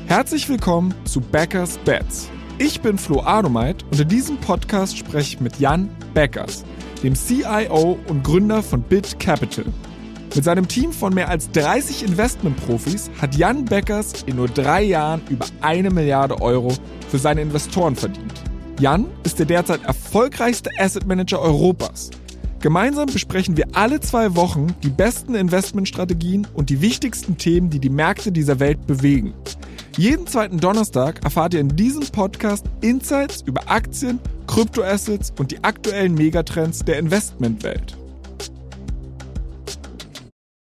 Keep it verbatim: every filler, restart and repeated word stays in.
Herzlich willkommen zu Beckers Bets. Ich bin Flo Adomeit und in diesem Podcast spreche ich mit Jan Beckers, dem C I O und Gründer von Bit Capital. Mit seinem Team von mehr als dreißig Investmentprofis hat Jan Beckers in nur drei Jahren über eine Milliarde Euro für seine Investoren verdient. Jan ist der derzeit erfolgreichste Asset Manager Europas. Gemeinsam besprechen wir alle zwei Wochen die besten Investmentstrategien und die wichtigsten Themen, die die Märkte dieser Welt bewegen. Jeden zweiten Donnerstag erfahrt ihr in diesem Podcast Insights über Aktien, Kryptoassets und die aktuellen Megatrends der Investmentwelt.